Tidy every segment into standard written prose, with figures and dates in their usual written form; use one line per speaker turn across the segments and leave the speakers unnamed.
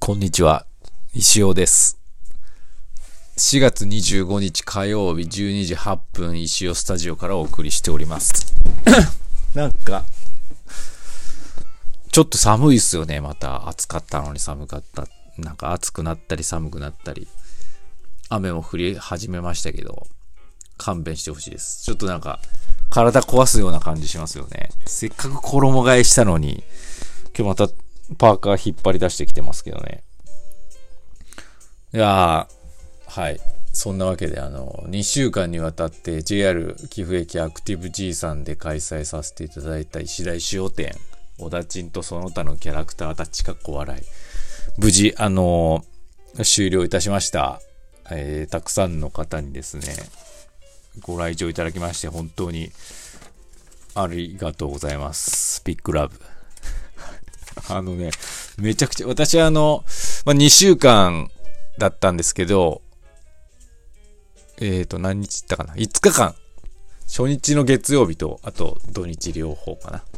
こんにちは、石尾です。4月25日火曜日12時8分、石尾スタジオからお送りしております。なんか、ちょっと寒いっすよね。また暑かったのに寒かった。なんか暑くなったり寒くなったり、雨も降り始めましたけど、勘弁してほしいです。ちょっとなんか、体壊すような感じしますよね。せっかく衣替えしたのに、今日またパーカー引っ張り出してきてますけどね。いやー、はい。そんなわけで2週間にわたって JR 岐阜駅アクティブ G さんで開催させていただいた石田石尾展、小田ちんとその他のキャラクターたちかっこ笑い。無事、終了いたしました。たくさんの方にですね、ご来場いただきまして本当にありがとうございます。ビッグラブ。めちゃくちゃ、私2週間だったんですけど、何日行ったかな ?5 日間。初日の月曜日と、あと土日両方かな。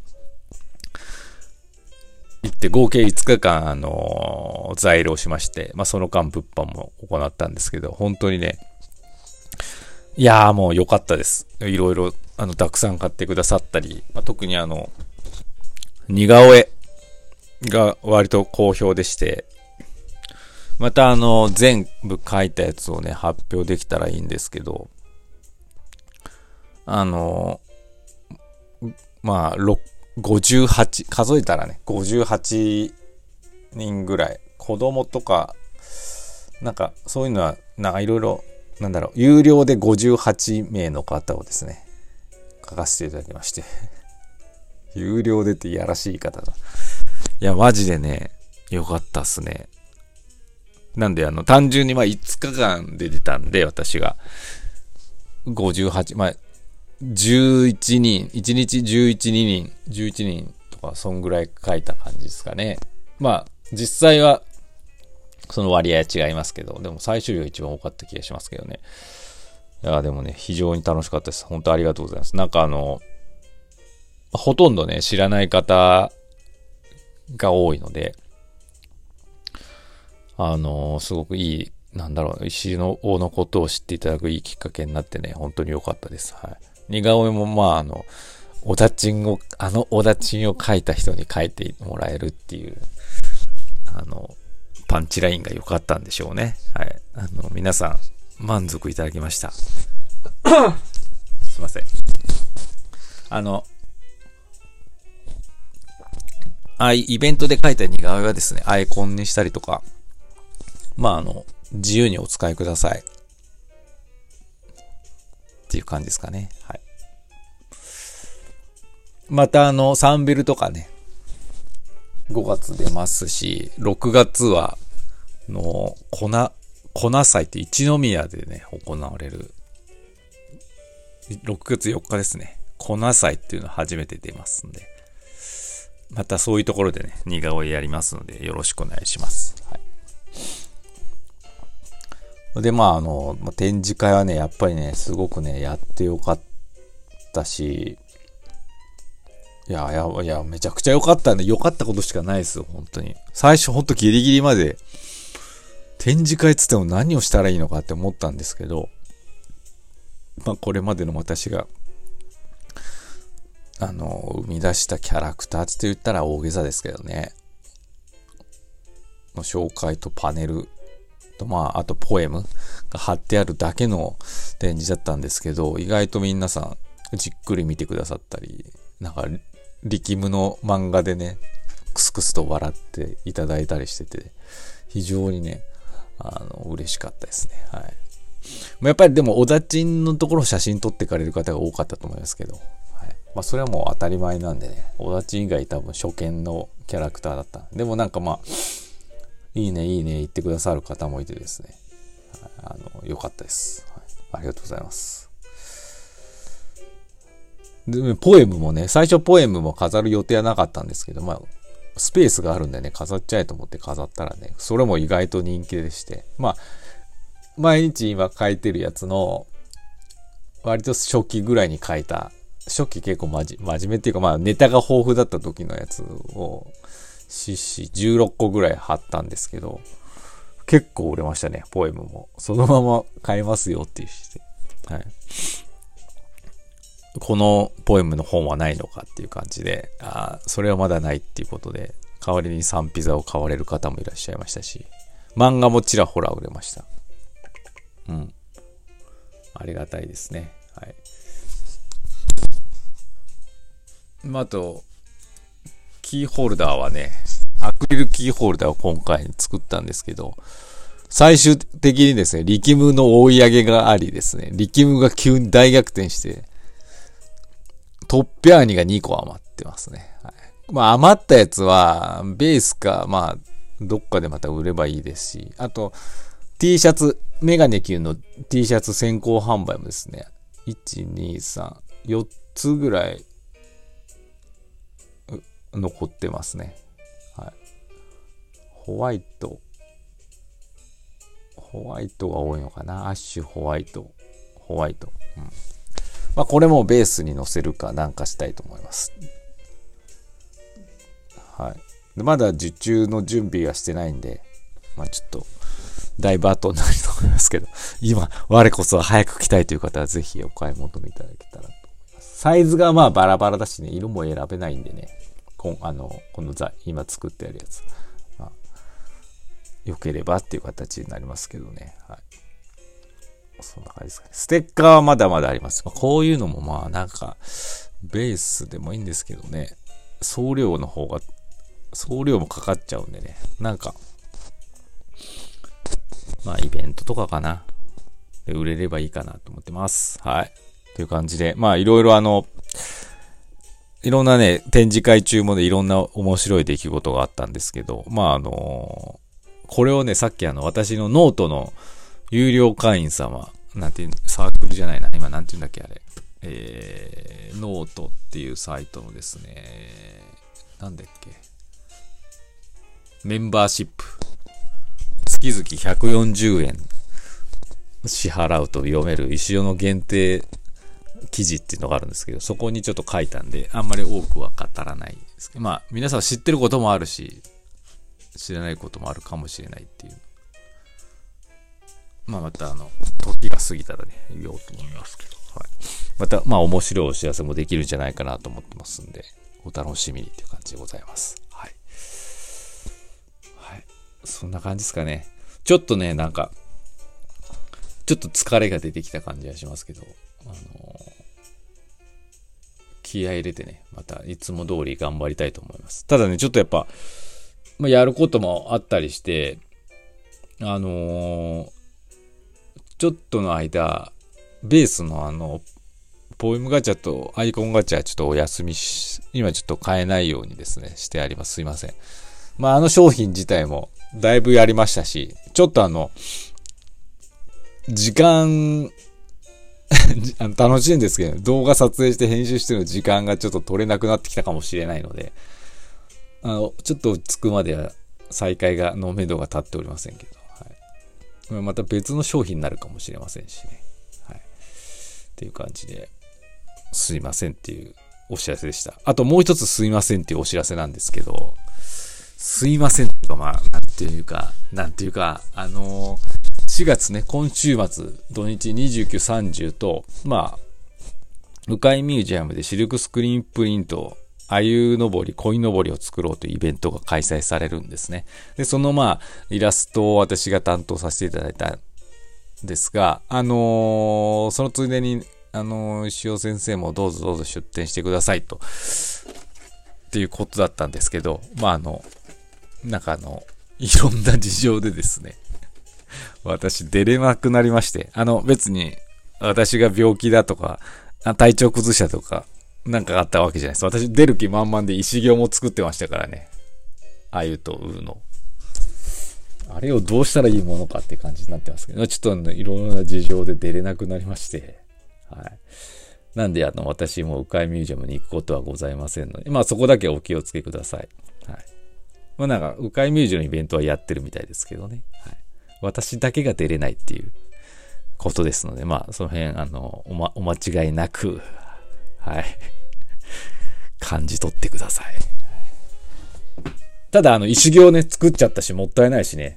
行って合計5日間、在労しまして、その間物販も行ったんですけど、本当にね、いやーもう良かったです。いろいろ、たくさん買ってくださったり、特に似顔絵が割と好評でして、また全部書いたやつをね、発表できたらいいんですけど、58、数えたらね、58人ぐらい、子供とか、なんかそういうのは、いろいろ、有料で58名の方をですね、書かせていただきまして。有料でっていやらしい言い方だ。いや、マジでね、よかったっすね。なんで単純に5日間で出たんで、私が58、11人、1日11人とか、そんぐらい書いた感じですかね。実際は、その割合は違いますけど、でも最終日が一番多かった気がしますけどね。いや、でもね、非常に楽しかったです。本当ありがとうございます。なんかほとんどね、知らない方が多いので、すごくいい、石尾のことを知っていただくいいきっかけになってね、本当に良かったです。はい。似顔絵も小田ちんを描いた人に描いてもらえるっていう、パンチラインが良かったんでしょうね。はい。皆さん、満足いただきました。すいません。イベントで描いた似顔絵はですね、アイコンにしたりとか、自由にお使いください。っていう感じですかね。はい。またサンベルとかね、5月出ますし、6月は、粉祭って一宮でね、行われる、6月4日ですね。粉祭っていうの初めて出ますんで、またそういうところでね、似顔絵やりますので、よろしくお願いします。はい。で、展示会はね、やっぱりね、すごくね、やってよかったし、いや、めちゃくちゃ良かったね。良かったことしかないですよ、本当に。最初、本当ギリギリまで、展示会つっても何をしたらいいのかって思ったんですけど、これまでの私が、生み出したキャラクターって言ったら大げさですけどね。の紹介とパネルと、あとポエムが貼ってあるだけの展示だったんですけど、意外と皆さんじっくり見てくださったり、力夢の漫画でね、クスクスと笑っていただいたりしてて、非常にね、嬉しかったですね。はい。やっぱりでも、小田ちんのところ写真撮ってかれる方が多かったと思いますけど、はい。それはもう当たり前なんでね、小田ちん以外多分初見のキャラクターだった。でもいいね言ってくださる方もいてですね、良かったです。はい。ありがとうございます。で、ポエムもね、最初ポエムも飾る予定はなかったんですけど、スペースがあるんでね、飾っちゃえと思って飾ったらね、それも意外と人気でして、毎日今書いてるやつの、割と初期ぐらいに書いた、初期結構真面目っていうか、ネタが豊富だった時のやつを、 16個ぐらい貼ったんですけど、結構売れましたね、ポエムも。そのまま買えますよっていうして。はい。このポエムの本はないのかっていう感じで、それはまだないっていうことで、代わりにサンピザを買われる方もいらっしゃいましたし、漫画もちらほら売れました。うん。ありがたいですね。はい。あと、キーホルダーはね、アクリルキーホルダーを今回作ったんですけど、最終的にですね、力夢の追い上げがありですね、力夢が急に大逆転して、トッピャーニが2個余ってますね。はい、まあ余ったやつは、ベースか、まあ、どっかでまた売ればいいですし、あと、T シャツ、メガネ級の T シャツ先行販売もですね、1、2、3、4つぐらい残ってますね。はい。ホワイトが多いのかな。アッシュホワイト。うん。まあこれもベースに載せるかなんかしたいと思います。はい。でまだ受注の準備はしてないんで、まあちょっとだいぶ後になると思いますけど、今我こそは早く着たいという方はぜひお買い求めいただけたらと思います。サイズがまあバラバラだしね、色も選べないんでね。この今作ってあるやつ。まあ、良ければっていう形になりますけどね。はい。そんな感じですかね。ステッカーはまだまだあります。こういうのもまあなんか、ベースでもいいんですけどね。送料もかかっちゃうんでね。なんか、まあイベントとかかな。で売れればいいかなと思ってます。はい。という感じで、まあいろいろいろんなね、展示会中もね、いろんな面白い出来事があったんですけど、まあこれをね、さっき私のノートの有料会員様、なんていう、サークルじゃないな、今なんていうんだっけあれ。ノートっていうサイトのですね、なんだっけ。メンバーシップ。月々140円支払うと読める石尾の限定記事っていうのがあるんですけど、そこにちょっと書いたんで、あんまり多くは語らないですけど、まあ皆さん知ってることもあるし、知らないこともあるかもしれないっていう。まあまた時が過ぎたらね、言おうと思いますけど、はい。また、まあ面白いお知らせもできるんじゃないかなと思ってますんで、お楽しみにっていう感じでございます。はい。はい。そんな感じですかね。ちょっとね、なんか、ちょっと疲れが出てきた感じがしますけど、気合い入れてね、またいつも通り頑張りたいと思います。ただね、ちょっとやっぱ、まあ、やることもあったりして、ちょっとの間、ベースのポエムガチャとアイコンガチャちょっとお休み今ちょっと買えないようにですね、してあります。すいません。まあ商品自体もだいぶやりましたし、ちょっと時間楽しいんですけど、動画撮影して編集してる時間がちょっと取れなくなってきたかもしれないので、ちょっと着くまでは再開のめどが立っておりませんけど、はい、また別の商品になるかもしれませんしね。はい。っていう感じで、すいませんっていうお知らせでした。あともう一つすいませんっていうお知らせなんですけど、すいませんっていうか、まあ、なんていうか、4月ね、今週末、土日29、30と、まあ、向井ミュージアムでシルクスクリーンプリント、鮎登り、鯉登りを作ろうというイベントが開催されるんですね。で、そのまあ、イラストを私が担当させていただいたんですが、そのついでに、石尾先生もどうぞ出展してくださいと、っていうことだったんですけど、まあなんかいろんな事情でですね、私出れなくなりまして、別に私が病気だとか、体調崩したとか、なんかあったわけじゃないです。私出る気満々で石行も作ってましたからね。あゆとうの。あれをどうしたらいいものかって感じになってますけど、ちょっといろんな事情で出れなくなりまして、はい。なんで私も鵜飼ミュージアムに行くことはございませんので、まあそこだけお気をつけください。はい。まあなんか、鵜飼ミュージアムのイベントはやってるみたいですけどね。はい。私だけが出れないっていうことですので、まあその辺、お間違いなく、はい。感じ取ってください。 ただ、石行ね、作っちゃったし、もったいないしね。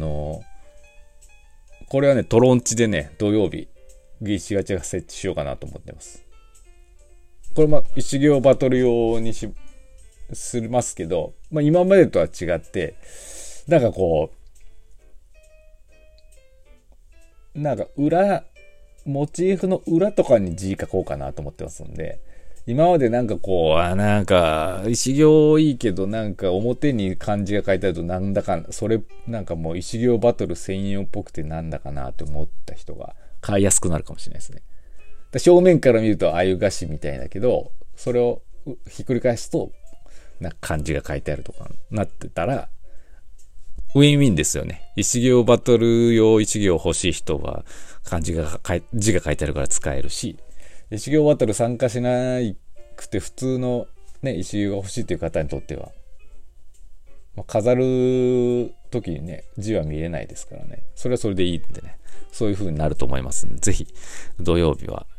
これはね、トロンチでね、土曜日、石ガチャが設置しようかなと思ってます。これ石行バトル用にしますけど、今までとは違って、なんかこう、なんかモチーフの裏とかに字書こうかなと思ってますんで、今までなんかこう、なんか、石行いいけど、なんか表に漢字が書いてあるとなんだか、それ、なんかもう石行バトル専用っぽくてなんだかなって思った人が買いやすくなるかもしれないですね。正面から見るとあゆ菓子みたいだけど、それをひっくり返すと、なんか漢字が書いてあるとかなってたら、ウィンウィンですよね。石行バトル用石行欲しい人は字が書いてあるから使えるし、石行バトル参加しなくて普通のね、石行が欲しいという方にとっては、飾る時にね、字は見れないですからね。それはそれでいいんでね。そういう風になると思いますんで、ぜひ土曜日は、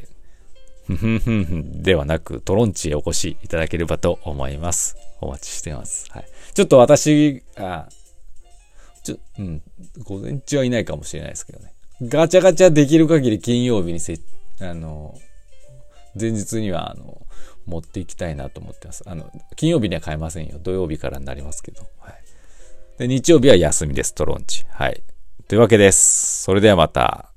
ではなくトロンチへお越しいただければと思います。お待ちしてます。はい。ちょっと私、午前中はいないかもしれないですけどね。ガチャガチャできる限り金曜日に前日には持っていきたいなと思ってます。金曜日には買えませんよ。土曜日からになりますけど。はい。で、日曜日は休みです、トロンチ。はい。というわけです。それではまた。